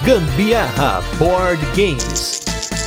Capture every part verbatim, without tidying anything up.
Gambiarra Board Games.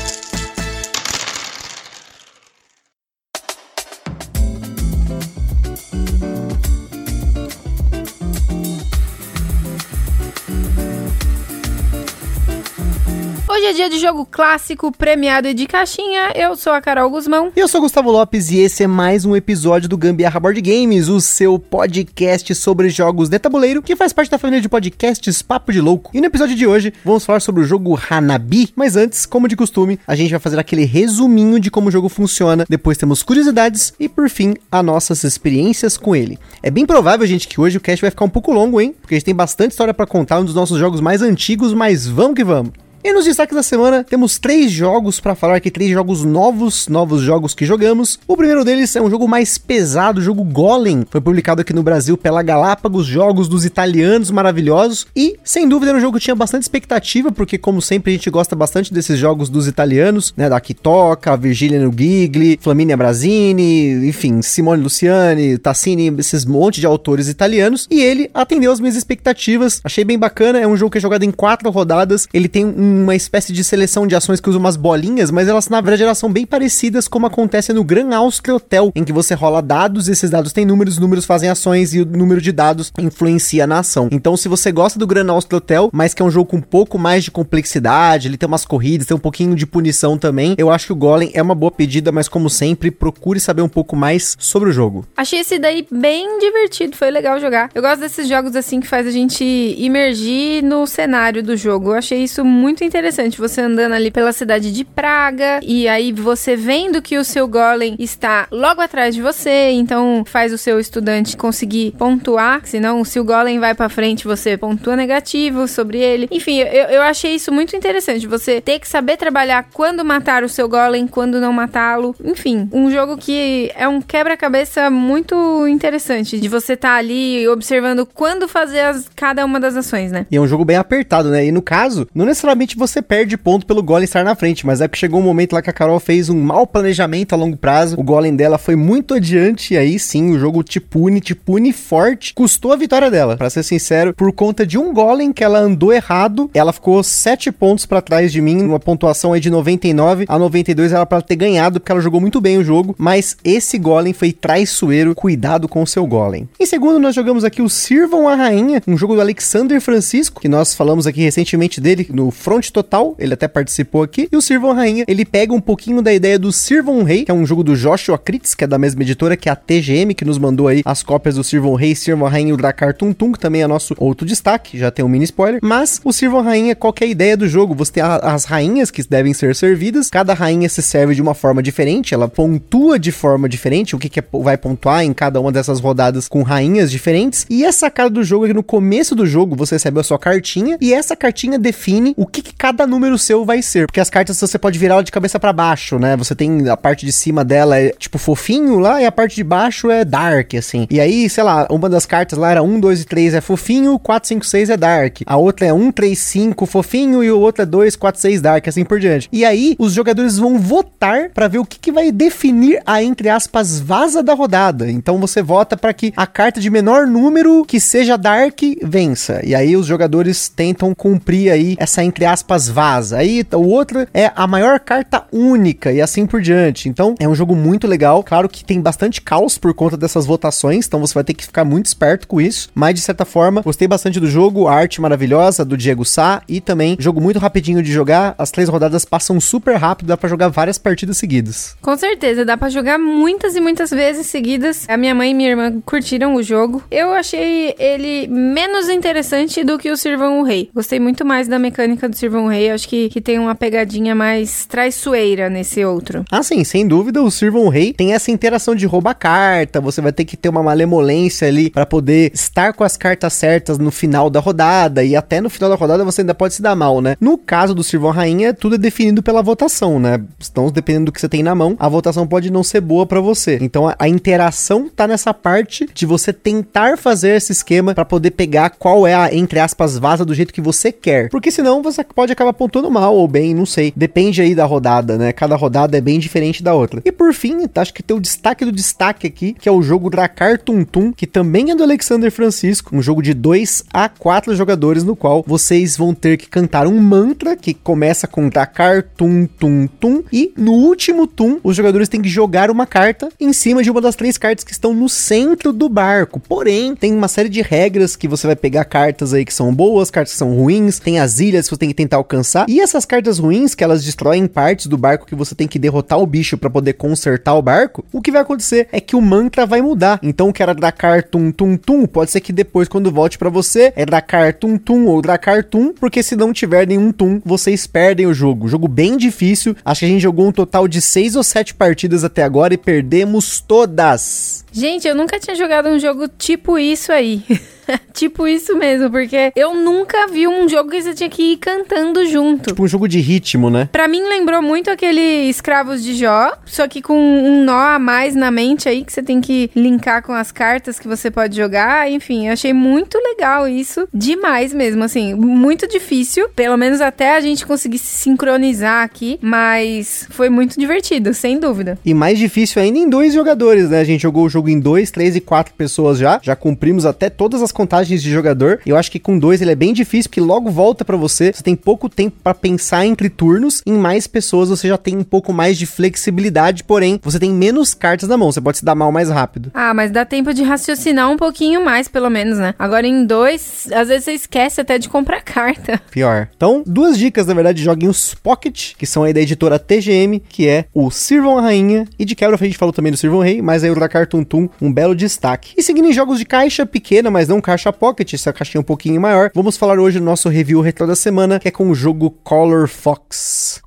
Hoje é dia de jogo clássico, premiado e de caixinha. Eu sou a Carol Guzmão. E eu sou o Gustavo Lopes e esse é mais um episódio do Gambiarra Board Games, o seu podcast sobre jogos de tabuleiro, que faz parte da família de podcasts Papo de Louco. E no episódio de hoje, vamos falar sobre o jogo Hanabi, mas antes, como de costume, a gente vai fazer aquele resuminho de como o jogo funciona, depois temos curiosidades e, por fim, as nossas experiências com ele. É bem provável, gente, que hoje o cast vai ficar um pouco longo, hein? Porque a gente tem bastante história pra contar, um dos nossos jogos mais antigos, mas vamos que vamos! E nos destaques da semana, temos três jogos pra falar aqui, três jogos novos, novos jogos que jogamos. O primeiro deles é um jogo mais pesado, o jogo Golem. Foi publicado aqui no Brasil pela Galápagos, jogos dos italianos maravilhosos. E, sem dúvida, era um jogo que tinha bastante expectativa, porque, como sempre, a gente gosta bastante desses jogos dos italianos, né? Da Kitoka, Virgília Gigli, Flaminia Brasini, enfim, Simone Luciani, Tassini, esses monte de autores italianos. E ele atendeu as minhas expectativas, achei bem bacana. É um jogo que é jogado em quatro rodadas, ele tem um uma espécie de seleção de ações que usa umas bolinhas, mas elas na verdade elas são bem parecidas como acontece no Grand Austria Hotel, em que você rola dados, e esses dados têm números, os números fazem ações e o número de dados influencia na ação. Então se você gosta do Grand Austria Hotel, mas que é um jogo com um pouco mais de complexidade, ele tem umas corridas, tem um pouquinho de punição também, eu acho que o Golem é uma boa pedida, mas como sempre, procure saber um pouco mais sobre o jogo. Achei esse daí bem divertido, foi legal jogar. Eu gosto desses jogos assim que faz a gente imergir no cenário do jogo, eu achei isso muito interessante, você andando ali pela cidade de Praga, e aí você vendo que o seu Golem está logo atrás de você, então faz o seu estudante conseguir pontuar, senão se o Golem vai pra frente, você pontua negativo sobre ele. Enfim, eu, eu achei isso muito interessante, você ter que saber trabalhar quando matar o seu Golem, quando não matá-lo. Enfim, um jogo que é um quebra-cabeça muito interessante, de você estar tá ali observando quando fazer as, cada uma das ações, né? E é um jogo bem apertado, né? E no caso, não necessariamente você perde ponto pelo Golem estar na frente, mas é que chegou um momento lá que a Carol fez um mau planejamento a longo prazo, o Golem dela foi muito adiante, e aí sim, o jogo te pune, te pune forte, custou a vitória dela, pra ser sincero, por conta de um Golem que ela andou errado, ela ficou sete pontos pra trás de mim, uma pontuação aí de noventa e nove a noventa e dois, era pra ter ganhado, porque ela jogou muito bem o jogo, mas esse Golem foi traiçoeiro, cuidado com o seu Golem. Em segundo, nós jogamos aqui o Sirvam a Rainha, um jogo do Alexander Francisco, que nós falamos aqui recentemente dele, no Front Total, ele até participou aqui, e o Sirvam a Rainha, ele pega um pouquinho da ideia do Sirvam Rei, que é um jogo do Joshua Kritz, que é da mesma editora, que é a T G M, que nos mandou aí as cópias do Sirvam Rei, Sirvam a Rainha e o Drakkar Tum Tum, que também é nosso outro destaque, já tem um mini spoiler, mas o Sirvam a Rainha, qual que é a ideia do jogo? Você tem a, as rainhas que devem ser servidas, cada rainha se serve de uma forma diferente, ela pontua de forma diferente, o que, que é, vai pontuar em cada uma dessas rodadas com rainhas diferentes, e essa cara do jogo é que no começo do jogo você recebe a sua cartinha, e essa cartinha define o que, que cada número seu vai ser, porque as cartas você pode virar ela de cabeça pra baixo, né, você tem a parte de cima dela é tipo fofinho lá, e a parte de baixo é dark, assim, e aí, sei lá, uma das cartas lá era um, dois e três é fofinho, quatro, cinco, seis é dark, a outra é um, três, cinco fofinho, e o outro é dois, quatro, seis dark, assim por diante, e aí os jogadores vão votar pra ver o que, que vai definir a, entre aspas, vaza da rodada, então você vota pra que a carta de menor número que seja dark vença, e aí os jogadores tentam cumprir aí essa, entre aspas, vaza. Aí o outro é a maior carta única e assim por diante. Então é um jogo muito legal. Claro que tem bastante caos por conta dessas votações, então você vai ter que ficar muito esperto com isso. Mas de certa forma, gostei bastante do jogo, a arte maravilhosa do Diego Sá e também jogo muito rapidinho de jogar. As três rodadas passam super rápido, dá pra jogar várias partidas seguidas. Com certeza, dá pra jogar muitas e muitas vezes seguidas. A minha mãe e minha irmã curtiram o jogo. Eu achei ele menos interessante do que o Sirvam o Rei. Gostei muito mais da mecânica do Sirvam o Rei, acho que, que tem uma pegadinha mais traiçoeira nesse outro. Ah, sim, sem dúvida, o Sirvam o Rei tem essa interação de roubar carta, você vai ter que ter uma malemolência ali pra poder estar com as cartas certas no final da rodada, e até no final da rodada você ainda pode se dar mal, né? No caso do Sirvam a Rainha, tudo é definido pela votação, né? Então, dependendo do que você tem na mão, a votação pode não ser boa pra você. Então, a, a interação tá nessa parte de você tentar fazer esse esquema pra poder pegar qual é a, entre aspas, vaza do jeito que você quer. Porque senão, você pode acabar pontuando mal ou bem, não sei. Depende aí da rodada, né? Cada rodada é bem diferente da outra. E por fim, acho que tem o destaque do destaque aqui, que é o jogo Drakkar Tum Tum, que também é do Alexander Francisco, um jogo de dois a quatro jogadores, no qual vocês vão ter que cantar um mantra que começa com Drakkar Tum Tum Tum, e no último tum, os jogadores têm que jogar uma carta em cima de uma das três cartas que estão no centro do barco. Porém, tem uma série de regras que você vai pegar cartas aí que são boas, cartas que são ruins, tem as ilhas que você tem que tentar alcançar, e essas cartas ruins, que elas destroem partes do barco que você tem que derrotar o bicho para poder consertar o barco, o que vai acontecer é que o mantra vai mudar. Então, o que era Drakkar Tum Tum Tum, pode ser que depois, quando volte para você, é Drakkar Tum Tum ou Drakkar Tum, porque se não tiver nenhum tum, vocês perdem o jogo. Jogo bem difícil, acho que a gente jogou um total de seis ou sete partidas até agora e perdemos todas. Gente, eu nunca tinha jogado um jogo tipo isso aí. Tipo isso mesmo, porque eu nunca vi um jogo que você tinha que ir cantando junto. Tipo um jogo de ritmo, né? Pra mim lembrou muito aquele Escravos de Jó, só que com um nó a mais na mente aí, que você tem que linkar com as cartas que você pode jogar. Enfim, eu achei muito legal isso, demais mesmo, assim, muito difícil, pelo menos até a gente conseguir se sincronizar aqui, mas foi muito divertido, sem dúvida. E mais difícil ainda em dois jogadores, né? A gente jogou o jogo em dois, três e quatro pessoas já, já cumprimos até todas as contagens de jogador. Eu acho que com dois ele é bem difícil, porque logo volta pra você, você tem pouco tempo pra pensar entre turnos. Em mais pessoas você já tem um pouco mais de flexibilidade, porém você tem menos cartas na mão, você pode se dar mal mais rápido. Ah, mas dá tempo de raciocinar um pouquinho mais, pelo menos, né? Agora em dois, às vezes você esquece até de comprar carta. Pior. Então, duas dicas, na verdade, joguem os Pocket, que são aí da editora T G M, que é o Sirvam a Rainha, e de quebra a gente falou também do Sirvam o Rei, mas aí o Drakkar Tum Tum, um belo destaque. E seguindo em jogos de caixa pequena, mas não caixa Pocket, essa caixinha um pouquinho maior, vamos falar hoje do nosso review retro da semana, que é com o jogo Color Fox.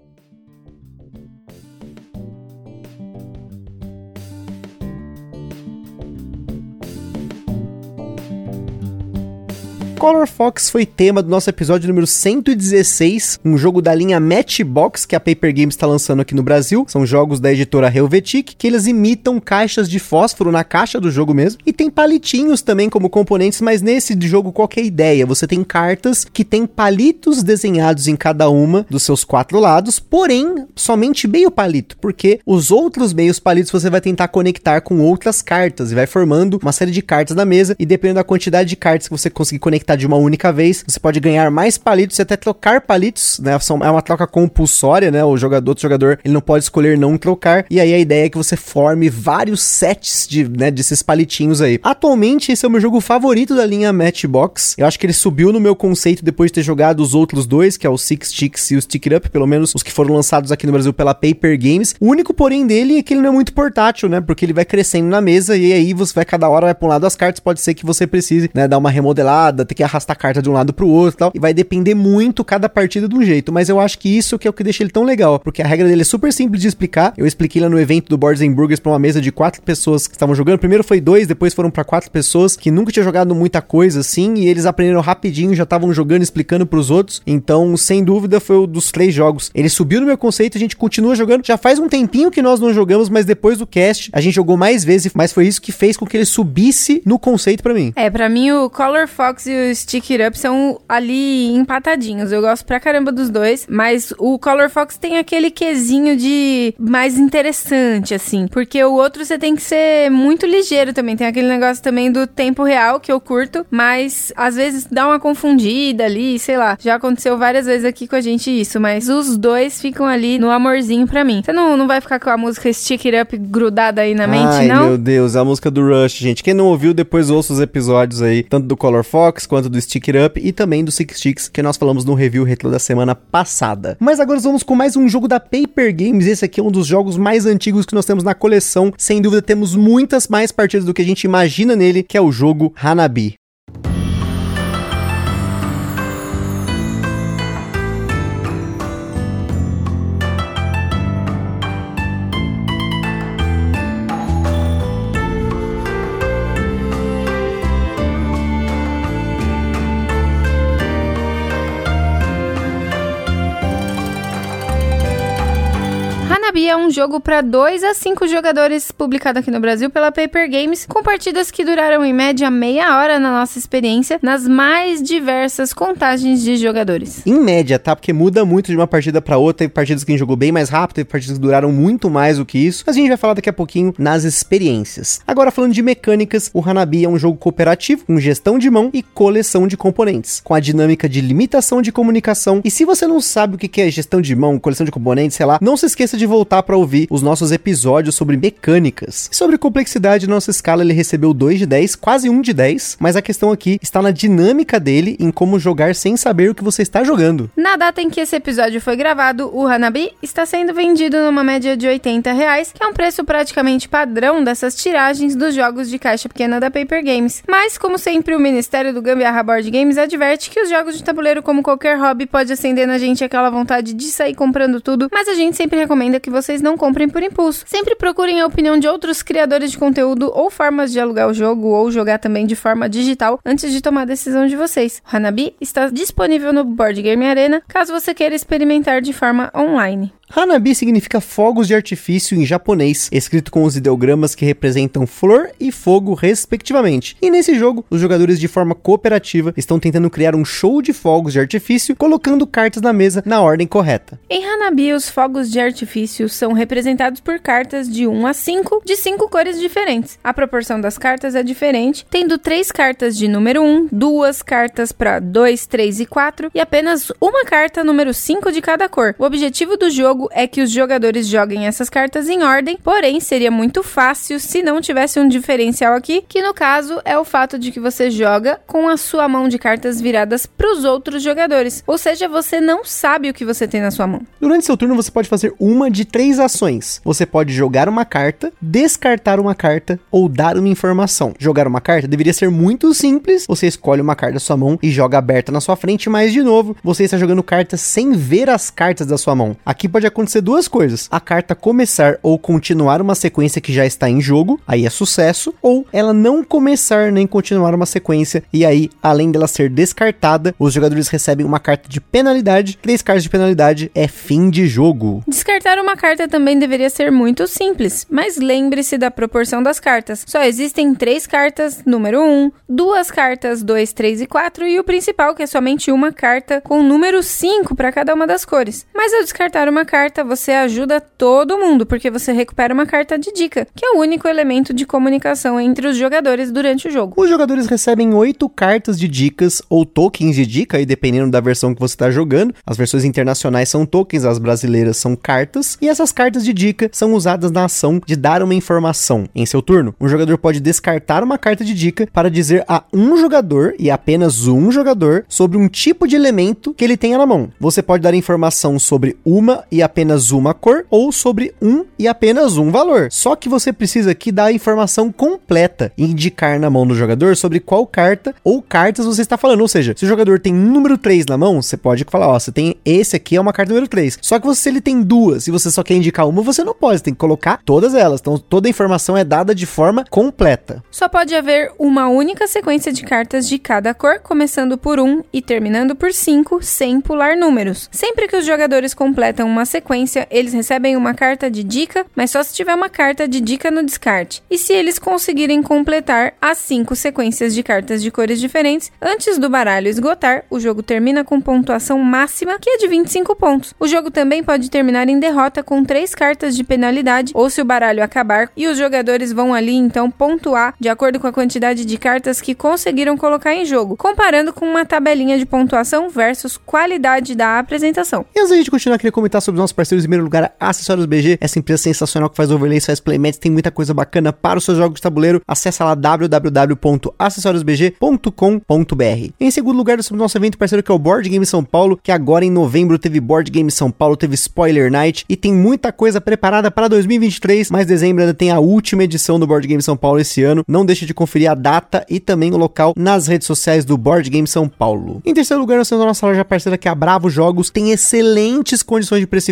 Color Fox foi tema do nosso episódio número cento e dezesseis, um jogo da linha Matchbox que a Paper Games está lançando aqui no Brasil. São jogos da editora Helvetic, que eles imitam caixas de fósforo na caixa do jogo mesmo, e tem palitinhos também como componentes, mas nesse jogo qual que é a ideia? Você tem cartas que tem palitos desenhados em cada uma dos seus quatro lados, porém, somente meio palito, porque os outros meios palitos você vai tentar conectar com outras cartas, e vai formando uma série de cartas na mesa, e dependendo da quantidade de cartas que você conseguir conectar de uma única vez, você pode ganhar mais palitos e até trocar palitos, né? É uma troca compulsória, né? O jogador, outro jogador, ele não pode escolher não trocar, e aí a ideia é que você forme vários sets de, né, desses palitinhos aí. Atualmente, esse é o meu jogo favorito da linha Matchbox. Eu acho que ele subiu no meu conceito depois de ter jogado os outros dois, que é o Six Sticks e o Stick It Up, pelo menos os que foram lançados aqui no Brasil pela Paper Games. O único porém dele é que ele não é muito portátil, né? Porque ele vai crescendo na mesa, e aí você vai, cada hora vai pra um lado das cartas, pode ser que você precise, né, dar uma remodelada, ter que arrastar a carta de um lado pro outro e tal, e vai depender muito cada partida de um jeito, mas eu acho que isso que é o que deixa ele tão legal, porque a regra dele é super simples de explicar. Eu expliquei lá no evento do Boards and Burgers pra uma mesa de quatro pessoas que estavam jogando, primeiro foi dois, depois foram pra quatro pessoas que nunca tinham jogado muita coisa assim, e eles aprenderam rapidinho, já estavam jogando, explicando pros outros, então sem dúvida foi um dos três jogos. Ele subiu no meu conceito, a gente continua jogando, já faz um tempinho que nós não jogamos, mas depois do cast a gente jogou mais vezes, mas foi isso que fez com que ele subisse no conceito pra mim. É, pra mim o Color Fox e o Stick It Up são ali empatadinhos. Eu gosto pra caramba dos dois, mas o Color Fox tem aquele quesinho de mais interessante, assim, porque o outro você tem que ser muito ligeiro também. Tem aquele negócio também do tempo real que eu curto, mas às vezes dá uma confundida ali, sei lá. Já aconteceu várias vezes aqui com a gente isso, mas os dois ficam ali no amorzinho pra mim. Você não, não vai ficar com a música Stick It Up grudada aí na mente, Ai, não? Ai, meu Deus, a música do Rush, gente. Quem não ouviu, depois ouça os episódios aí, tanto do Color Fox quanto do Stick It Up e também do Six Sticks, que nós falamos no review retro da semana passada. Mas agora vamos com mais um jogo da Paper Games. Esse aqui é um dos jogos mais antigos que nós temos na coleção. Sem dúvida, temos muitas mais partidas do que a gente imagina nele, que é o jogo Hanabi. Hanabi é um um jogo para dois a cinco jogadores publicado aqui no Brasil pela Paper Games, com partidas que duraram em média meia hora na nossa experiência, nas mais diversas contagens de jogadores. Em média, tá? Porque muda muito de uma partida para outra, teve partidas que a gente jogou bem mais rápido, teve partidas que duraram muito mais do que isso, mas a gente vai falar daqui a pouquinho nas experiências. Agora, falando de mecânicas, o Hanabi é um jogo cooperativo, com gestão de mão e coleção de componentes, com a dinâmica de limitação de comunicação. E se você não sabe o que é gestão de mão, coleção de componentes, sei lá, não se esqueça de voltar para ouvir os nossos episódios sobre mecânicas. E sobre complexidade, nossa escala ele recebeu dois de dez, quase um de dez, mas a questão aqui está na dinâmica dele, em como jogar sem saber o que você está jogando. Na data em que esse episódio foi gravado, o Hanabi está sendo vendido numa média de oitenta reais, que é um preço praticamente padrão dessas tiragens dos jogos de caixa pequena da Paper Games. Mas, como sempre, o Ministério do Gambiarra Board Games adverte que os jogos de tabuleiro, como qualquer hobby, pode acender na gente aquela vontade de sair comprando tudo, mas a gente sempre recomenda que vocês não comprem por impulso. Sempre procurem a opinião de outros criadores de conteúdo ou formas de alugar o jogo ou jogar também de forma digital antes de tomar a decisão de vocês. O Hanabi está disponível no Board Game Arena, caso você queira experimentar de forma online. Hanabi significa fogos de artifício em japonês, escrito com os ideogramas que representam flor e fogo respectivamente. E nesse jogo, os jogadores de forma cooperativa estão tentando criar um show de fogos de artifício, colocando cartas na mesa na ordem correta. Em Hanabi, os fogos de artifício são representados por cartas de um a cinco, de cinco cores diferentes. A proporção das cartas é diferente, tendo três cartas de número um, duas cartas para dois, três e quatro e apenas uma carta número cinco de cada cor. O objetivo do jogo é que os jogadores joguem essas cartas em ordem, porém seria muito fácil se não tivesse um diferencial aqui, que no caso é o fato de que você joga com a sua mão de cartas viradas para os outros jogadores, ou seja, você não sabe o que você tem na sua mão. Durante seu turno você pode fazer uma de três ações. Você pode jogar uma carta, descartar uma carta ou dar uma informação. Jogar uma carta deveria ser muito simples, você escolhe uma carta da sua mão e joga aberta na sua frente, mas de novo, você está jogando cartas sem ver as cartas da sua mão. Aqui pode acontecer duas coisas: a carta começar ou continuar uma sequência que já está em jogo, aí é sucesso, ou ela não começar nem continuar uma sequência, e aí, além dela ser descartada, os jogadores recebem uma carta de penalidade. Três cartas de penalidade é fim de jogo. Descartar uma carta também deveria ser muito simples, mas lembre-se da proporção das cartas. Só existem três cartas, número um, duas cartas, dois, três e quatro, e o principal, que é somente uma carta com número cinco para cada uma das cores. Mas ao descartar uma carta, você ajuda todo mundo, porque você recupera uma carta de dica, que é o único elemento de comunicação entre os jogadores durante o jogo. Os jogadores recebem oito cartas de dicas, ou tokens de dica, aí dependendo da versão que você está jogando. As versões internacionais são tokens, as brasileiras são cartas, e essas cartas de dica são usadas na ação de dar uma informação. Em seu turno, um jogador pode descartar uma carta de dica para dizer a um jogador, e apenas um jogador, sobre um tipo de elemento que ele tenha na mão. Você pode dar informação sobre uma e apenas uma cor, ou sobre um e apenas um valor. Só que você precisa aqui dar a informação completa e indicar na mão do jogador sobre qual carta ou cartas você está falando. Ou seja, se o jogador tem número três na mão, você pode falar, ó, você tem esse aqui, é uma carta número três. Só que você, se ele tem duas e você só quer indicar uma, você não pode, você tem que colocar todas elas. Então toda a informação é dada de forma completa. Só pode haver uma única sequência de cartas de cada cor, começando por um e terminando por cinco, sem pular números. Sempre que os jogadores completam uma sequência, eles recebem uma carta de dica, mas só se tiver uma carta de dica no descarte. E se eles conseguirem completar as cinco sequências de cartas de cores diferentes, antes do baralho esgotar, o jogo termina com pontuação máxima, que é de vinte e cinco pontos. O jogo também pode terminar em derrota com três cartas de penalidade, ou se o baralho acabar, e os jogadores vão ali então pontuar de acordo com a quantidade de cartas que conseguiram colocar em jogo, comparando com uma tabelinha de pontuação versus qualidade da apresentação. E antes da gente continuar, queria comentar sobre os nossos parceiros. Em primeiro lugar, a Acessórios B G, essa empresa sensacional que faz overlays, faz playmats, tem muita coisa bacana para os seus jogos de tabuleiro. Acessa lá w w w ponto acessórios b g ponto com ponto b r. Em segundo lugar, sobre o nosso evento parceiro, que é o Board Game São Paulo, que agora em novembro teve Board Game São Paulo, teve Spoiler Night, e tem muita coisa preparada para dois mil e vinte e três, mas dezembro ainda tem a última edição do Board Game São Paulo esse ano. Não deixe de conferir a data e também o local nas redes sociais do Board Game São Paulo. Em terceiro lugar, nós temos a nossa loja parceira, que é a Bravo Jogos, tem excelentes condições de preço e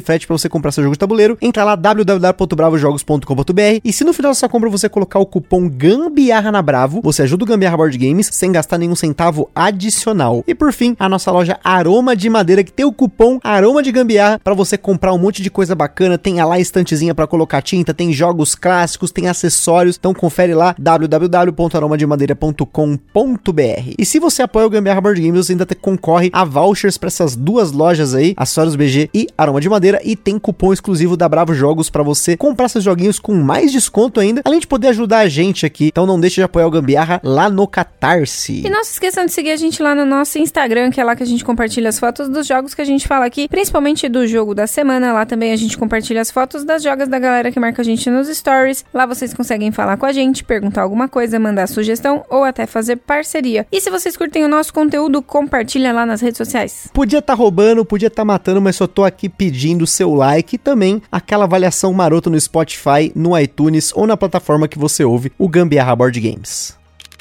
frete pra você comprar seu jogo de tabuleiro. Entra lá, w w w ponto bravo jogos ponto com ponto b r, e se no final da sua compra você colocar o cupom Gambiarra na Bravo, você ajuda o Gambiarra Board Games sem gastar nenhum centavo adicional. E por fim, a nossa loja Aroma de Madeira, que tem o cupom Aroma de Gambiarra pra você comprar um monte de coisa bacana. Tem lá a estantezinha pra colocar tinta, tem jogos clássicos, tem acessórios. Então confere lá, w w w ponto aroma de madeira ponto com ponto b r. E se você apoia o Gambiarra Board Games, você ainda te concorre a vouchers pra essas duas lojas aí, Acessórios B G e Aroma de Madeira, e tem cupom exclusivo da Bravo Jogos pra você comprar seus joguinhos com mais desconto ainda, além de poder ajudar a gente aqui. Então não deixe de apoiar o Gambiarra lá no Catarse. E não se esqueçam de seguir a gente lá no nosso Instagram, que é lá que a gente compartilha as fotos dos jogos que a gente fala aqui, principalmente do jogo da semana. Lá também a gente compartilha as fotos das jogas da galera que marca a gente nos stories. Lá vocês conseguem falar com a gente, perguntar alguma coisa, mandar sugestão ou até fazer parceria. E se vocês curtem o nosso conteúdo, compartilha lá nas redes sociais. Podia tá roubando, podia tá matando, mas só tô aqui pedindo o seu like e também aquela avaliação marota no Spotify, no iTunes ou na plataforma que você ouve o Gambiarra Board Games.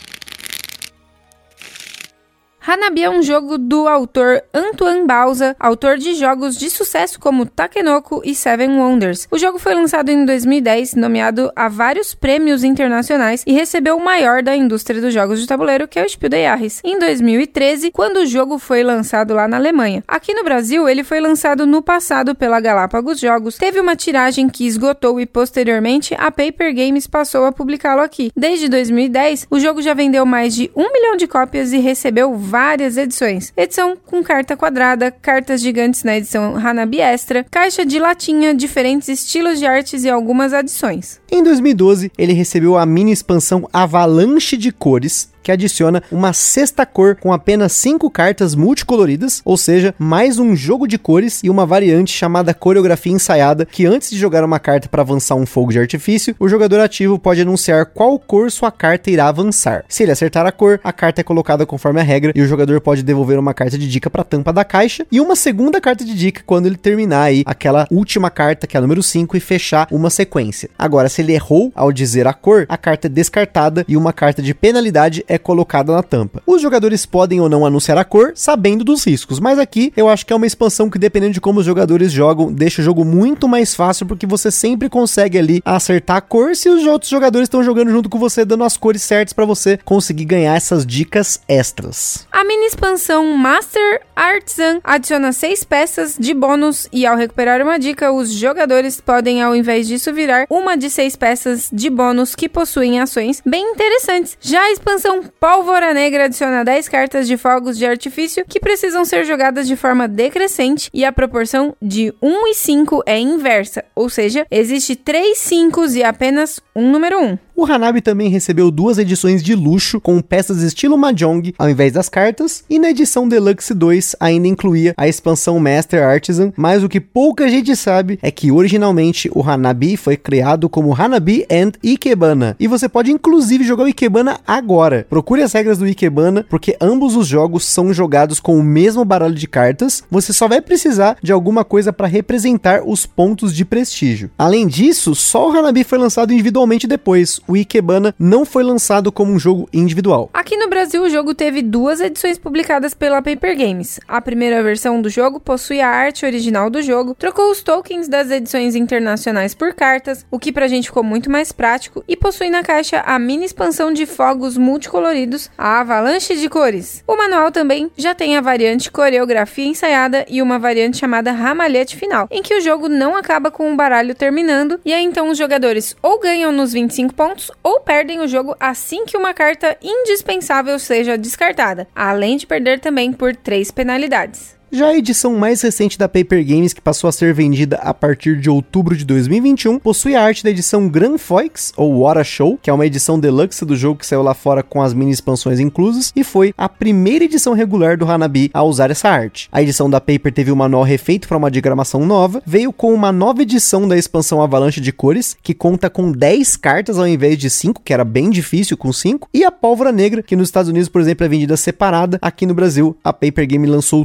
Hanabi é um jogo do autor Antoine Bauza, autor de jogos de sucesso como Takenoko e Seven Wonders. O jogo foi lançado em dois mil e dez, nomeado a vários prêmios internacionais e recebeu o maior da indústria dos jogos de tabuleiro, que é o Spiel des Jahres, em dois mil e treze, quando o jogo foi lançado lá na Alemanha. Aqui no Brasil, ele foi lançado no passado pela Galápagos Jogos, teve uma tiragem que esgotou e posteriormente a Paper Games passou a publicá-lo aqui. Desde dois mil e dez, o jogo já vendeu mais de um milhão de cópias e recebeu várias edições. Edição com carta quadrada, cartas gigantes na edição Hanabi Extra, caixa de latinha, diferentes estilos de artes e algumas adições. Em dois mil e doze, ele recebeu a mini expansão Avalanche de Cores, que adiciona uma sexta cor com apenas cinco cartas multicoloridas, ou seja, mais um jogo de cores e uma variante chamada Coreografia Ensaiada, que antes de jogar uma carta para avançar um fogo de artifício, o jogador ativo pode anunciar qual cor sua carta irá avançar. Se ele acertar a cor, a carta é colocada conforme a regra e o jogador pode devolver uma carta de dica para a tampa da caixa e uma segunda carta de dica quando ele terminar aí aquela última carta, que é a número cinco, e fechar uma sequência. Agora, se ele errou ao dizer a cor, a carta é descartada e uma carta de penalidade é é colocada na tampa. Os jogadores podem ou não anunciar a cor, sabendo dos riscos, mas aqui eu acho que é uma expansão que, dependendo de como os jogadores jogam, deixa o jogo muito mais fácil, porque você sempre consegue ali acertar a cor se os outros jogadores estão jogando junto com você, dando as cores certas para você conseguir ganhar essas dicas extras. A mini expansão Master Artisan adiciona seis peças de bônus e, ao recuperar uma dica, os jogadores podem, ao invés disso, virar uma de seis peças de bônus que possuem ações bem interessantes. Já a expansão Pólvora Negra adiciona dez cartas de fogos de artifício que precisam ser jogadas de forma decrescente e a proporção de um e cinco é inversa, ou seja, existe três cinco e apenas um número um. O Hanabi também recebeu duas edições de luxo com peças estilo Mahjong ao invés das cartas, e na edição Deluxe dois ainda incluía a expansão Master Artisan, mas o que pouca gente sabe é que originalmente o Hanabi foi criado como Hanabi and Ikebana, e você pode inclusive jogar o Ikebana agora. Procure as regras do Ikebana, porque ambos os jogos são jogados com o mesmo baralho de cartas, você só vai precisar de alguma coisa para representar os pontos de prestígio. Além disso, só o Hanabi foi lançado individualmente depois. O Ikebana não foi lançado como um jogo individual. Aqui no Brasil, o jogo teve duas edições publicadas pela Paper Games. A primeira versão do jogo possui a arte original do jogo, trocou os tokens das edições internacionais por cartas, o que pra gente ficou muito mais prático, e possui na caixa a mini expansão de fogos multicoloridos, a Avalanche de Cores. O manual também já tem a variante Coreografia Ensaiada e uma variante chamada Ramalhete Final, em que o jogo não acaba com o baralho terminando, e aí então os jogadores ou ganham nos vinte e cinco pontos ou perdem o jogo assim que uma carta indispensável seja descartada, além de perder também por três penalidades. Já a edição mais recente da Paper Games, que passou a ser vendida a partir de outubro de dois mil e vinte e um, possui a arte da edição Grand Foix, ou What a Show, que é uma edição deluxe do jogo que saiu lá fora com as mini expansões inclusas, e foi a primeira edição regular do Hanabi a usar essa arte. A edição da Paper teve o manual refeito para uma diagramação nova, veio com uma nova edição da expansão Avalanche de Cores, que conta com dez cartas ao invés de cinco, que era bem difícil com cinco, e a Pólvora Negra, que nos Estados Unidos, por exemplo, é vendida separada. Aqui no Brasil, a Paper Game lançou tudo na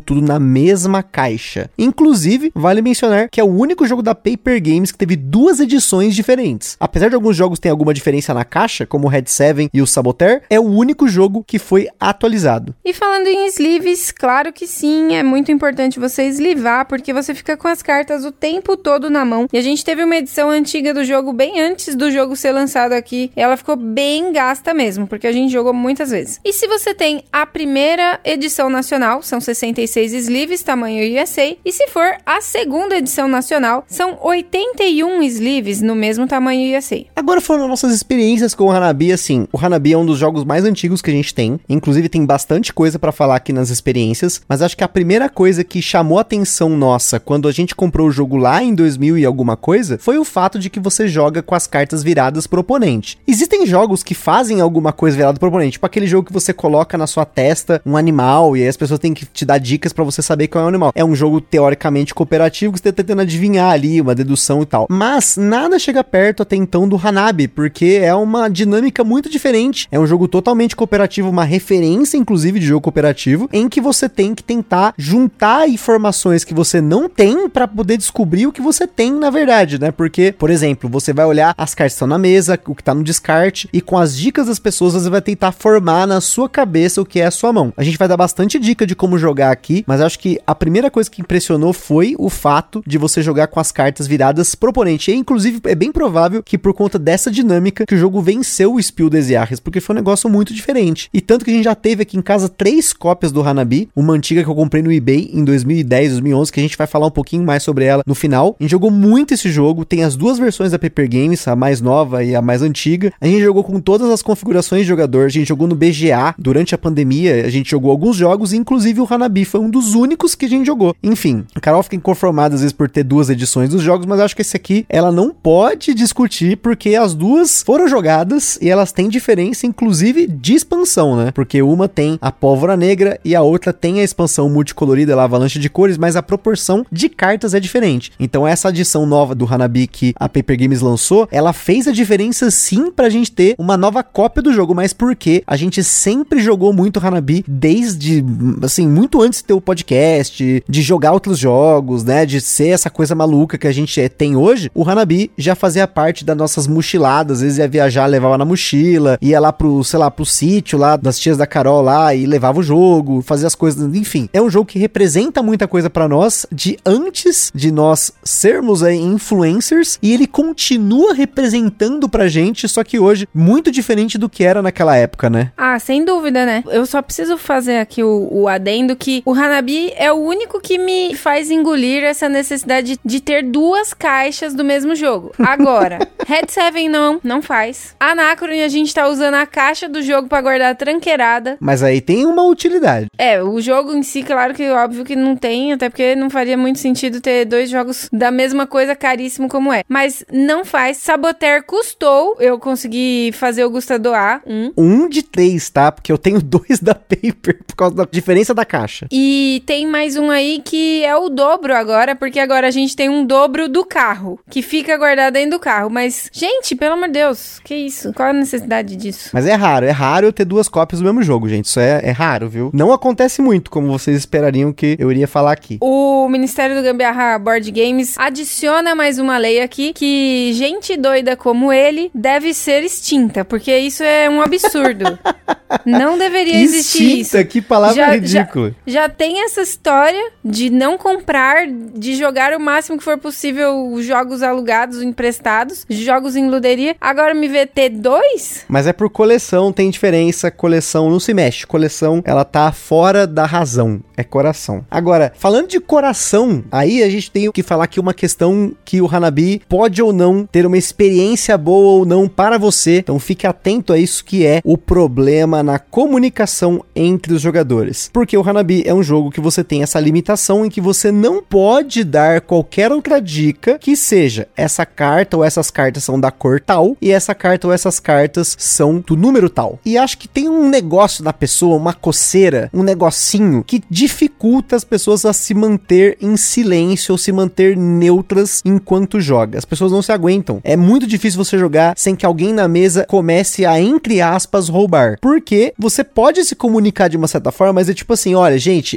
mesma caixa. Inclusive, vale mencionar que é o único jogo da Paper Games que teve duas edições diferentes. Apesar de alguns jogos terem alguma diferença na caixa, como o Red Seven e o Saboteur, é o único jogo que foi atualizado. E falando em sleeves, claro que sim, é muito importante você eslivar, porque você fica com as cartas o tempo todo na mão. E a gente teve uma edição antiga do jogo, bem antes do jogo ser lançado aqui, e ela ficou bem gasta mesmo, porque a gente jogou muitas vezes. E se você tem a primeira edição nacional, são sessenta e seis sleeves, tamanho U S A, e se for a segunda edição nacional, são oitenta e um sleeves no mesmo tamanho U S A. Agora, falando das nossas experiências com o Hanabi, assim, o Hanabi é um dos jogos mais antigos que a gente tem, inclusive tem bastante coisa pra falar aqui nas experiências, mas acho que a primeira coisa que chamou a atenção nossa quando a gente comprou o jogo lá em dois mil e alguma coisa, foi o fato de que você joga com as cartas viradas pro oponente. Existem jogos que fazem alguma coisa virada pro oponente, tipo aquele jogo que você coloca na sua testa um animal, e aí as pessoas têm que te dar dicas pra você saber qual é o animal. É um jogo teoricamente cooperativo, que você tá tentando adivinhar ali, uma dedução e tal. Mas nada chega perto até então do Hanabi, porque é uma dinâmica muito diferente. É um jogo totalmente cooperativo, uma referência inclusive de jogo cooperativo, em que você tem que tentar juntar informações que você não tem pra poder descobrir o que você tem na verdade, né? Porque, por exemplo, você vai olhar as cartas que estão na mesa, o que tá no descarte, e com as dicas das pessoas você vai tentar formar na sua cabeça o que é a sua mão. A gente vai dar bastante dica de como jogar aqui, mas acho que a primeira coisa que impressionou foi o fato de você jogar com as cartas viradas pro oponente. E, inclusive, é bem provável que por conta dessa dinâmica que o jogo venceu o Spiel des Jahres, porque foi um negócio muito diferente. E tanto que a gente já teve aqui em casa três cópias do Hanabi, uma antiga que eu comprei no eBay em dois mil e dez, dois mil e onze, que a gente vai falar um pouquinho mais sobre ela no final. A gente jogou muito esse jogo, tem as duas versões da Paper Games, a mais nova e a mais antiga. A gente jogou com todas as configurações de jogador, a gente jogou no B G A durante a pandemia, a gente jogou alguns jogos, inclusive o Hanabi foi um dos únicos que a gente jogou. Enfim, a Carol fica inconformada às vezes por ter duas edições dos jogos, mas acho que esse aqui ela não pode discutir, porque as duas foram jogadas e elas têm diferença, inclusive de expansão, né? Porque uma tem a pólvora negra e a outra tem a expansão multicolorida, a avalanche de cores, mas a proporção de cartas é diferente. Então essa adição nova do Hanabi que a Paper Games lançou, ela fez a diferença sim pra gente ter uma nova cópia do jogo, mas porque a gente sempre jogou muito Hanabi desde, assim, muito antes de ter o podcast, de jogar outros jogos, né, de ser essa coisa maluca que a gente tem hoje. O Hanabi já fazia parte das nossas mochiladas, às vezes ia viajar, levava na mochila, ia lá pro, sei lá, pro sítio lá das tias da Carol lá e levava o jogo, fazia as coisas, enfim. É um jogo que representa muita coisa pra nós de antes de nós sermos aí influencers, e ele continua representando pra gente, só que hoje muito diferente do que era naquela época, né? Ah, sem dúvida, né? Eu só preciso fazer aqui o, o adendo que o Hanabi é o único que me faz engolir essa necessidade de ter duas caixas do mesmo jogo. Agora, Red Seven não, não faz. Anacron, a gente tá usando a caixa do jogo pra guardar a tranqueirada. Mas aí tem uma utilidade. É, o jogo em si, claro que óbvio que não tem, até porque não faria muito sentido ter dois jogos da mesma coisa caríssimo como é. Mas não faz. Saboteur custou eu consegui fazer o Gusta doar um. Um de três, tá? Porque eu tenho dois da Paper por causa da diferença da caixa. E tem mais um aí que é o dobro agora, porque agora a gente tem um dobro do carro, que fica guardado dentro do carro. Mas, gente, pelo amor de Deus, que isso? Qual a necessidade disso? Mas é raro, é raro eu ter duas cópias do mesmo jogo, gente. Isso é, é raro, viu? Não acontece muito, como vocês esperariam que eu iria falar aqui. O Ministério do Gambiarra Board Games adiciona mais uma lei aqui, que gente doida como ele deve ser extinta, porque isso é um absurdo. Não deveria existir extinta, isso. Que palavra já, ridícula. Já, já tem essa história de não comprar, de jogar o máximo que for possível jogos alugados, emprestados, jogos em luderia. Agora me vê ter dois? Mas é por coleção, tem diferença. Coleção não se mexe. Coleção, ela tá fora da razão. É coração. Agora, falando de coração, aí a gente tem que falar aqui uma questão que o Hanabi pode ou não ter uma experiência boa ou não para você. Então fique atento a isso, que é o problema na comunicação entre os jogadores. Porque o Hanabi é um jogo que você tem essa limitação em que você não pode dar qualquer outra dica que seja essa carta ou essas cartas são da cor tal e essa carta ou essas cartas são do número tal. E acho que tem um negócio na pessoa, uma coceira, um negocinho que dificulta as pessoas a se manter em silêncio ou se manter neutras enquanto joga. As pessoas não se aguentam. É muito difícil você jogar sem que alguém na mesa comece a, entre aspas, roubar. Porque você pode se comunicar de uma certa forma, mas é tipo assim, olha, gente, eu não sei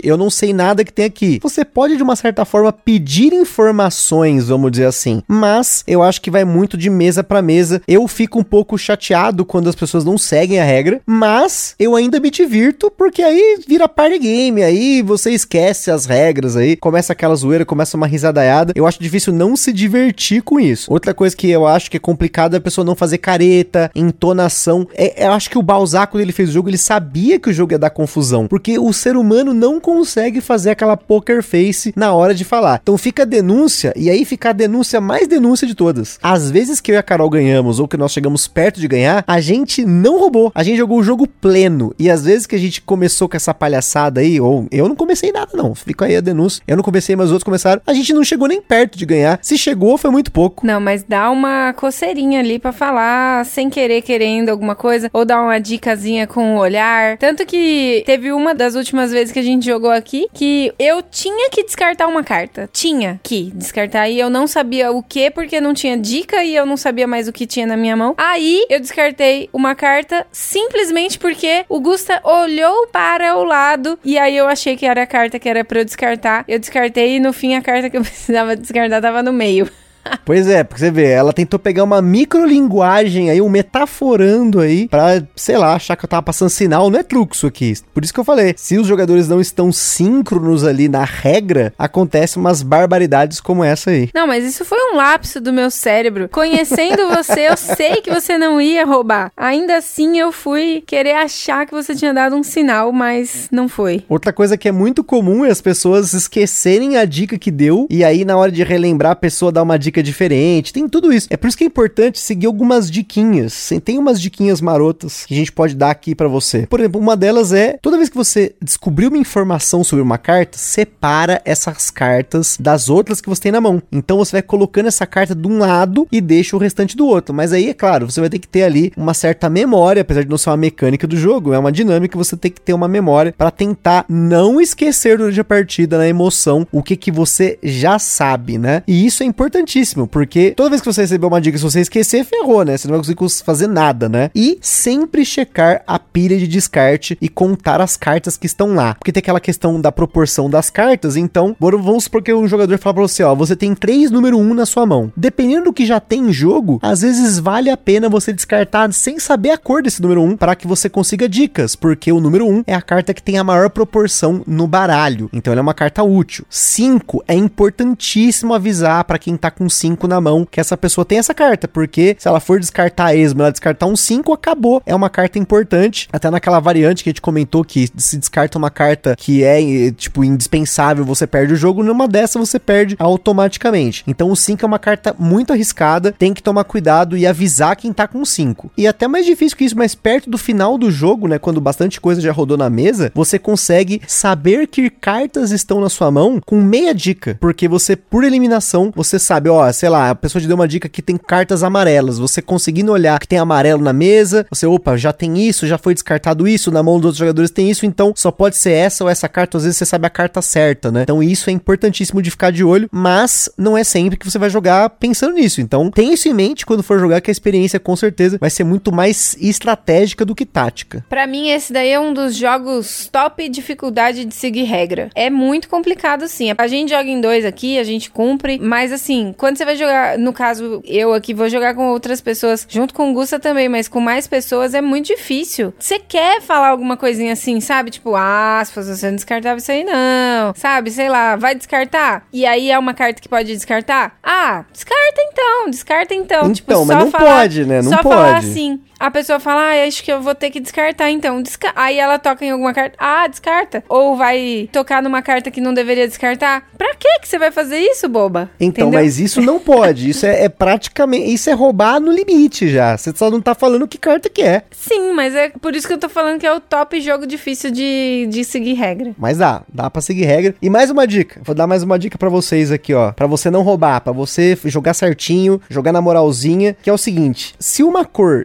sei nada que tem aqui. Você pode, de uma certa forma, pedir informações, vamos dizer assim, mas eu acho que vai muito de mesa pra mesa. Eu fico um pouco chateado quando as pessoas não seguem a regra, mas eu ainda me divirto, porque aí vira party game, aí você esquece as regras aí, começa aquela zoeira, começa uma risadaiada. Eu acho difícil não se divertir com isso. Outra coisa que eu acho que é complicado é a pessoa não fazer careta, entonação. É, eu acho que o Balzac, quando ele fez o jogo, ele sabia que o jogo ia dar confusão, porque o ser humano não consegue fazer aquela poker face na hora de falar. Então fica a denúncia, e aí fica a denúncia mais denúncia de todas. Às vezes que eu e a Carol ganhamos, ou que nós chegamos perto de ganhar, a gente não roubou. A gente jogou o jogo pleno. E às vezes que a gente começou com essa palhaçada aí, ou eu não comecei nada não, fica aí a denúncia. Eu não comecei, mas os outros começaram. A gente não chegou nem perto de ganhar. Se chegou, foi muito pouco. Não, mas dá uma coceirinha ali pra falar sem querer, querendo alguma coisa, ou dar uma dicasinha com o olhar. Tanto que teve uma das últimas vezes que a gente jogou aqui, que eu tinha que descartar uma carta. Tinha que descartar, e eu não sabia o que, porque não tinha dica, e eu não sabia mais o que tinha na minha mão. Aí, eu descartei uma carta, simplesmente porque o Gusta olhou para o lado, e aí eu achei que era a carta que era pra eu descartar. Eu descartei, e no fim a carta que eu precisava descartar tava no meio. Pois é, porque você vê, ela tentou pegar uma microlinguagem aí, um metaforando aí, pra, sei lá, achar que eu tava passando sinal. Não é truque isso aqui. Por isso que eu falei, se os jogadores não estão síncronos ali na regra, acontecem umas barbaridades como essa aí. Não, mas isso foi um lapso do meu cérebro. Conhecendo você, eu sei que você não ia roubar. Ainda assim, eu fui querer achar que você tinha dado um sinal, mas não foi. Outra coisa que é muito comum é as pessoas esquecerem a dica que deu, e aí na hora de relembrar, a pessoa dá uma dica diferente, tem tudo isso. É por isso que é importante seguir algumas diquinhas. Tem umas diquinhas marotas que a gente pode dar aqui pra você. Por exemplo, uma delas é, toda vez que você descobrir uma informação sobre uma carta, separa essas cartas das outras que você tem na mão. Então você vai colocando essa carta de um lado e deixa o restante do outro. Mas aí, é claro, você vai ter que ter ali uma certa memória, apesar de não ser uma mecânica do jogo, é uma dinâmica, você tem que ter uma memória pra tentar não esquecer durante a partida, na emoção, o que que você já sabe, né? E isso é importantíssimo, porque toda vez que você receber uma dica, se você esquecer, ferrou, né? Você não vai conseguir fazer nada, né? E sempre checar a pilha de descarte e contar as cartas que estão lá. Porque tem aquela questão da proporção das cartas, então, vamos supor que um jogador fala pra você, ó, você tem três número um na sua mão. Dependendo do que já tem em jogo, às vezes vale a pena você descartar sem saber a cor desse número um, para que você consiga dicas, porque o número um é a carta que tem a maior proporção no baralho. Então, ela é uma carta útil. cinco é importantíssimo avisar para quem tá com cinco na mão, que essa pessoa tem essa carta, porque se ela for descartar a esmo, ela descartar um cinco, acabou. É uma carta importante, até naquela variante que a gente comentou, que se descarta uma carta que é, tipo, indispensável, você perde o jogo, numa dessa você perde automaticamente. Então o cinco é uma carta muito arriscada, tem que tomar cuidado e avisar quem tá com cinco. E até mais difícil que isso, mas perto do final do jogo, né, quando bastante coisa já rodou na mesa, você consegue saber que cartas estão na sua mão com meia dica, porque você, por eliminação, você sabe, ó, sei lá, a pessoa te deu uma dica que tem cartas amarelas, você conseguindo olhar que tem amarelo na mesa, você, opa, já tem isso, já foi descartado isso, na mão dos outros jogadores tem isso, então só pode ser essa ou essa carta, às vezes você sabe a carta certa, né? Então isso é importantíssimo de ficar de olho, mas não é sempre que você vai jogar pensando nisso, então tem isso em mente quando for jogar, que a experiência com certeza vai ser muito mais estratégica do que tática. Pra mim, esse daí é um dos jogos top dificuldade de seguir regra. É muito complicado, sim. A gente joga em dois aqui, a gente cumpre, mas assim, quando você vai jogar, no caso, eu aqui vou jogar com outras pessoas, junto com o Gusta também, mas com mais pessoas é muito difícil. Você quer falar alguma coisinha assim, sabe? Tipo, ah, se fosse você não descartava isso aí não, sabe? Sei lá, vai descartar? E aí é uma carta que pode descartar? Ah, descarta então, descarta então. Então, tipo, mas só não falar, pode, né? Não só pode. falar assim. A pessoa fala, ah, acho que eu vou ter que descartar, então. Desca aí ela toca em alguma carta. Ah, descarta. Ou vai tocar numa carta que não deveria descartar. Pra que que você vai fazer isso, boba? Então, entendeu? Mas isso não pode. Isso é, é praticamente... Isso é roubar no limite já. Você só não tá falando que carta que é. Sim, mas é por isso que eu tô falando que é o top jogo difícil de, de seguir regra. Mas dá. Dá pra seguir regra. E mais uma dica. Vou dar mais uma dica pra vocês aqui, ó. Pra você não roubar. Pra você jogar certinho. Jogar na moralzinha. Que é o seguinte. Se uma cor já esgotou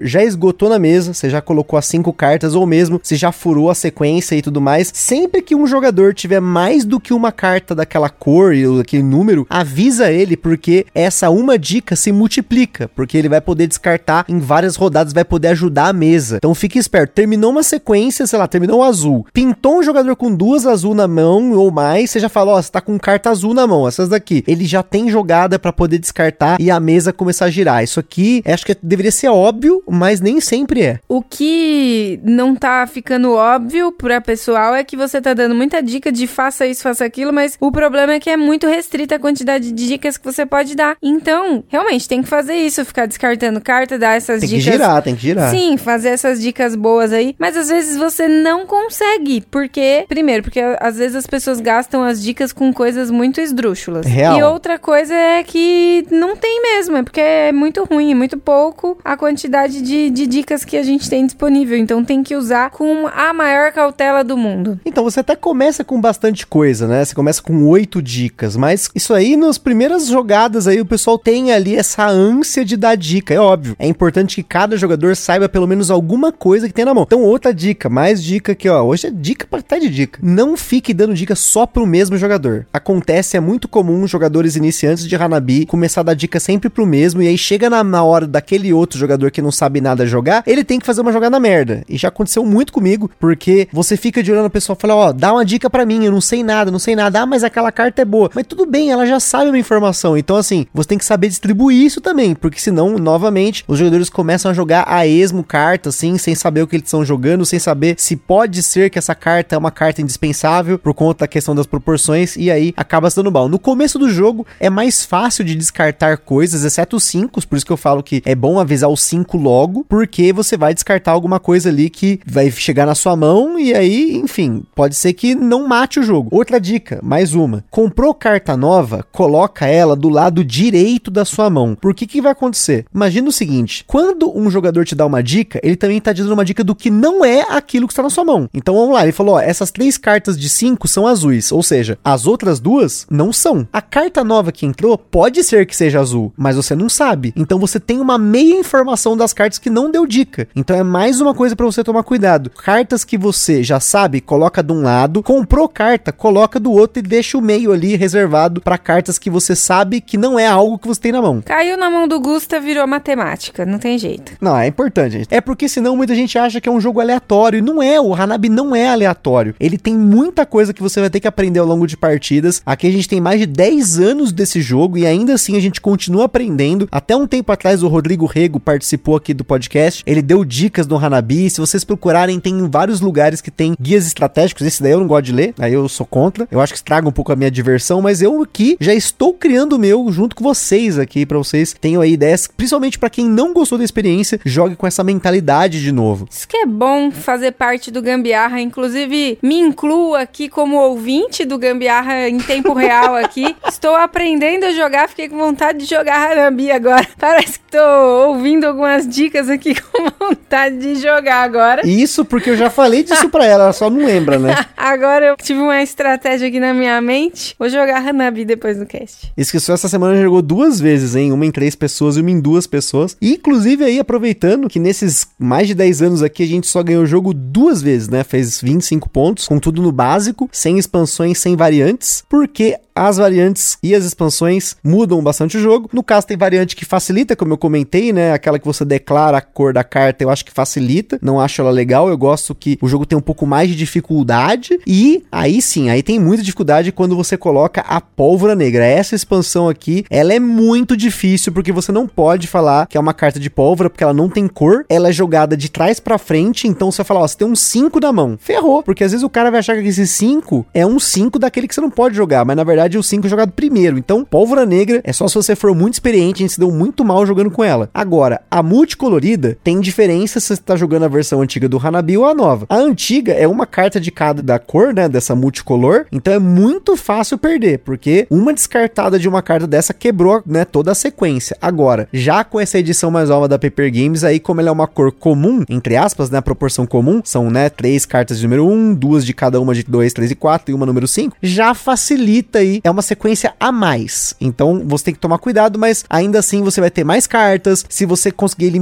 esgotou na mesa, você já colocou as cinco cartas, ou mesmo você já furou a sequência e tudo mais, sempre que um jogador tiver mais do que uma carta daquela cor ou daquele número, avisa ele, porque essa uma dica se multiplica, porque ele vai poder descartar em várias rodadas, vai poder ajudar a mesa. Então fique esperto, terminou uma sequência, sei lá, terminou um azul, pintou um jogador com duas azul na mão ou mais, você já fala, ó, você tá com carta azul na mão, essas daqui, ele já tem jogada pra poder descartar e a mesa começar a girar. Isso aqui, acho que deveria ser óbvio, mas nem sempre é. O que não tá ficando óbvio pra pessoal é que você tá dando muita dica de faça isso, faça aquilo, mas o problema é que é muito restrita a quantidade de dicas que você pode dar. Então, realmente, tem que fazer isso, ficar descartando carta, dar essas tem dicas... Tem que girar, tem que girar. Sim, fazer essas dicas boas aí, mas às vezes você não consegue, porque... Primeiro, porque às vezes as pessoas gastam as dicas com coisas muito esdrúxulas. Real. E outra coisa é que não tem mesmo, é porque é muito ruim, é muito pouco a quantidade de, de dicas que a gente tem disponível, então tem que usar com a maior cautela do mundo. Então, você até começa com bastante coisa, né? Você começa com oito dicas, mas isso aí, nas primeiras jogadas aí, o pessoal tem ali essa ânsia de dar dica, é óbvio. É importante que cada jogador saiba pelo menos alguma coisa que tem na mão. Então, outra dica, mais dica aqui, ó. Hoje é dica pra até de dica. Não fique dando dica só pro mesmo jogador. Acontece, é muito comum jogadores iniciantes de Hanabi começar a dar dica sempre pro mesmo, e aí chega na, na hora daquele outro jogador que não sabe nada jogar, ele tem que fazer uma jogada merda. E já aconteceu muito comigo, porque você fica de olhando a pessoa e fala, ó, dá uma dica pra mim, eu não sei nada, não sei nada. Ah, mas aquela carta é boa. Mas tudo bem, ela já sabe uma informação. Então, assim, você tem que saber distribuir isso também, porque senão, novamente, os jogadores começam a jogar a esmo carta, assim, sem saber o que eles estão jogando, sem saber se pode ser que essa carta é uma carta indispensável por conta da questão das proporções, e aí acaba se dando mal. No começo do jogo, é mais fácil de descartar coisas, exceto os cinco, por isso que eu falo que é bom avisar os cinco logo, porque você vai descartar alguma coisa ali que vai chegar na sua mão, e aí, enfim, pode ser que não mate o jogo. Outra dica, mais uma. Comprou carta nova, coloca ela do lado direito da sua mão. Por que que vai acontecer? Imagina o seguinte, quando um jogador te dá uma dica, ele também tá te dando uma dica do que não é aquilo que está na sua mão. Então vamos lá, ele falou, ó, essas três cartas de cinco são azuis, ou seja, as outras duas não são. A carta nova que entrou pode ser que seja azul, mas você não sabe. Então você tem uma meia informação das cartas que não deu dica. Então é mais uma coisa pra você tomar cuidado. Cartas que você já sabe, coloca de um lado, comprou carta, coloca do outro e deixa o meio ali reservado pra cartas que você sabe que não é algo que você tem na mão. Caiu na mão do Gusta, virou matemática, não tem jeito. Não, é importante, gente. É porque senão muita gente acha que é um jogo aleatório, e não é, o Hanabi não é aleatório. Ele tem muita coisa que você vai ter que aprender ao longo de partidas. Aqui a gente tem mais de dez anos desse jogo e ainda assim a gente continua aprendendo. Até um tempo atrás o Rodrigo Rego participou aqui do podcast, ele deu dicas no Hanabi. Se vocês procurarem, tem vários lugares que tem guias estratégicos. Esse daí eu não gosto de ler, aí eu sou contra. Eu acho que estraga um pouco a minha diversão, mas eu aqui já estou criando o meu junto com vocês aqui, pra vocês tenham aí ideias, principalmente pra quem não gostou da experiência, jogue com essa mentalidade de novo. Isso que é bom fazer parte do Gambiarra, inclusive me incluo aqui como ouvinte do Gambiarra em tempo real aqui. Estou aprendendo a jogar, fiquei com vontade de jogar Hanabi agora. Parece que tô ouvindo algumas dicas aqui com vontade de jogar agora. Isso porque eu já falei disso pra ela, ela só não lembra, né? Agora eu tive uma estratégia aqui na minha mente, vou jogar Hanabi depois do cast. Esqueceu, essa semana jogou duas vezes, hein? Uma em três pessoas e uma em duas pessoas. E, inclusive, aí, aproveitando que nesses mais de dez anos aqui, a gente só ganhou o jogo duas vezes, né? Fez vinte e cinco pontos, com tudo no básico, sem expansões, sem variantes, porque as variantes e as expansões mudam bastante o jogo. No caso, tem variante que facilita, como eu comentei, né? Aquela que você declara a cor da carta, eu acho que facilita. Não acho ela legal. Eu gosto que o jogo tem um pouco mais de dificuldade. E aí sim, aí tem muita dificuldade quando você coloca a pólvora negra. Essa expansão aqui, ela é muito difícil, porque você não pode falar que é uma carta de pólvora, porque ela não tem cor. Ela é jogada de trás pra frente, então você vai falar, ó, você tem um cinco na mão. Ferrou, porque às vezes o cara vai achar que esse cinco é um cinco daquele que você não pode jogar, mas na verdade o cinco é jogado primeiro. Então, pólvora negra é só se você for muito experiente, a gente se deu muito mal jogando com ela. Agora, a multicolorida tem diferença se você tá jogando a versão antiga do Hanabi ou a nova. A antiga é uma carta de cada da cor, né, dessa multicolor, então é muito fácil perder, porque uma descartada de uma carta dessa quebrou, né, toda a sequência. Agora, já com essa edição mais nova da Paper Games, aí como ela é uma cor comum, entre aspas, né, a proporção comum, são, né, três cartas de número um, duas de cada uma de dois, três e quatro e uma número cinco, já facilita aí, é uma sequência a mais. Então, você tem que tomar cuidado, mas ainda assim você vai ter mais cartas. Se você conseguir eliminar todas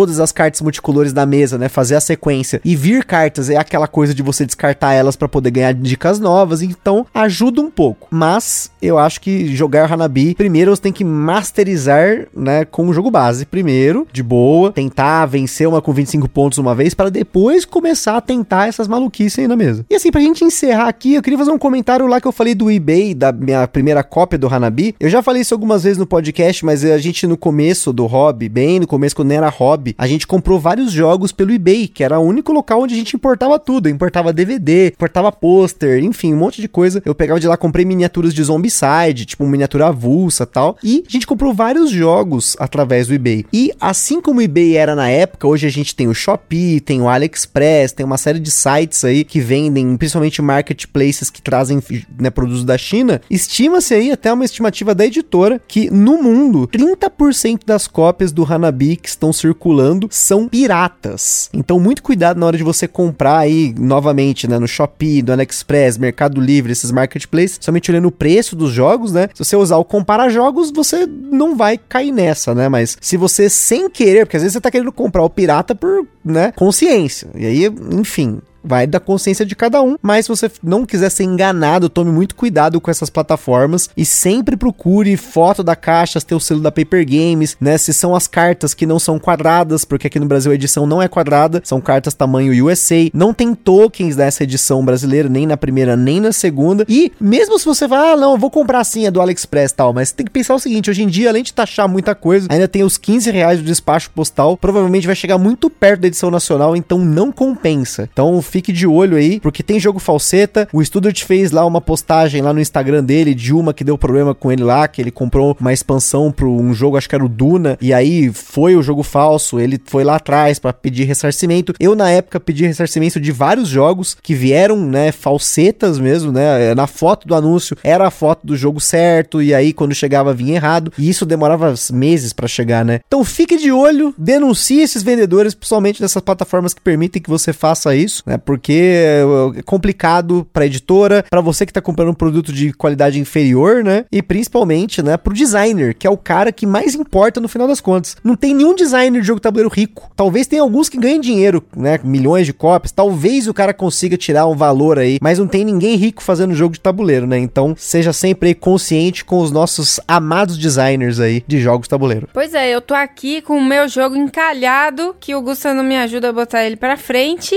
todas as cartas multicolores da mesa, né, fazer a sequência e vir cartas é aquela coisa de você descartar elas pra poder ganhar dicas novas, então ajuda um pouco. Mas eu acho que jogar Hanabi, primeiro você tem que masterizar, né, com o jogo base primeiro, de boa, tentar vencer uma com vinte e cinco pontos uma vez, para depois começar a tentar essas maluquices aí na mesa. E assim, pra gente encerrar aqui, eu queria fazer um comentário lá que eu falei do eBay, da minha primeira cópia do Hanabi. Eu já falei isso algumas vezes no podcast, mas a gente no começo do hobby, bem no começo quando era hobby, a gente comprou vários jogos pelo eBay, que era o único local onde a gente importava tudo. Eu importava D V D, importava pôster, enfim, um monte de coisa. Eu pegava de lá, comprei miniaturas de Zombicide, tipo uma miniatura avulsa e tal, e a gente comprou vários jogos através do eBay. E assim como o eBay era na época, hoje a gente tem o Shopee, tem o AliExpress, tem uma série de sites aí que vendem, principalmente marketplaces que trazem, né, produtos da China. Estima-se aí, até uma estimativa da editora, que no mundo, trinta por cento das cópias do Hanabi que estão circulando são piratas. Então, muito cuidado na hora de você comprar aí, novamente, né, no Shopee, no AliExpress, Mercado Livre, esses marketplaces, somente olhando o preço dos jogos, né? Se você usar o compara jogos, você não vai cair nessa, né? Mas se você, sem querer, porque às vezes você tá querendo comprar o pirata por, né, consciência. E aí, enfim, vai da consciência de cada um, mas se você não quiser ser enganado, tome muito cuidado com essas plataformas e sempre procure foto da caixa, ter o selo da Paper Games, né? Se são as cartas que não são quadradas, porque aqui no Brasil a edição não é quadrada, são cartas tamanho U S A, não tem tokens dessa edição brasileira, nem na primeira, nem na segunda, e mesmo se você vai, ah, não, eu vou comprar assim, a do AliExpress e tal, mas tem que pensar o seguinte, hoje em dia, além de taxar muita coisa, ainda tem os quinze reais do despacho postal, provavelmente vai chegar muito perto da edição nacional, então não compensa. Então, fique de olho aí, porque tem jogo falseta. O Studart fez lá uma postagem lá no Instagram dele, de uma que deu problema com ele lá, que ele comprou uma expansão para um jogo, acho que era o Duna, e aí foi o jogo falso, ele foi lá atrás para pedir ressarcimento. Eu, na época, pedi ressarcimento de vários jogos que vieram, né, falsetas mesmo, né, na foto do anúncio era a foto do jogo certo, e aí quando chegava vinha errado, e isso demorava meses para chegar, né. Então fique de olho, denuncie esses vendedores, principalmente nessas plataformas que permitem que você faça isso, né, porque é complicado pra editora, pra você que tá comprando um produto de qualidade inferior, né? E principalmente, né, pro designer, que é o cara que mais importa no final das contas. Não tem nenhum designer de jogo tabuleiro rico. Talvez tenha alguns que ganhem dinheiro, né? Milhões de cópias. Talvez o cara consiga tirar um valor aí, mas não tem ninguém rico fazendo jogo de tabuleiro, né? Então, seja sempre aí consciente com os nossos amados designers aí de jogos de tabuleiro. Pois é, eu tô aqui com o meu jogo encalhado, que o Gustavo não me ajuda a botar ele pra frente.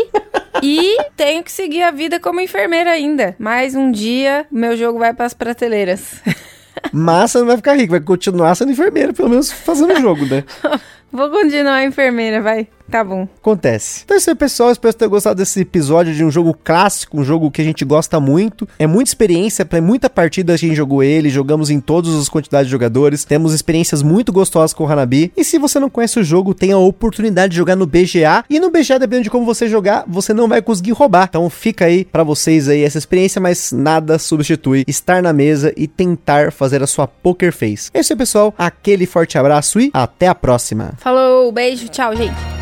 E tenho que seguir a vida como enfermeira ainda. Mas um dia, meu jogo vai pras prateleiras. Mas você não vai ficar rico, vai continuar sendo enfermeira, pelo menos fazendo o jogo, né? Vou continuar enfermeira, vai. Tá bom. Acontece. Então é isso aí, pessoal. Espero ter gostado desse episódio de um jogo clássico, um jogo que a gente gosta muito. É muita experiência, é muita partida a gente jogou ele, jogamos em todas as quantidades de jogadores. Temos experiências muito gostosas com o Hanabi. E se você não conhece o jogo, tem a oportunidade de jogar no B G A. E no B G A, dependendo de como você jogar, você não vai conseguir roubar. Então fica aí pra vocês aí essa experiência, mas nada substitui estar na mesa e tentar fazer a sua poker face. É isso aí, pessoal. Aquele forte abraço e até a próxima. Falou, beijo, tchau, gente.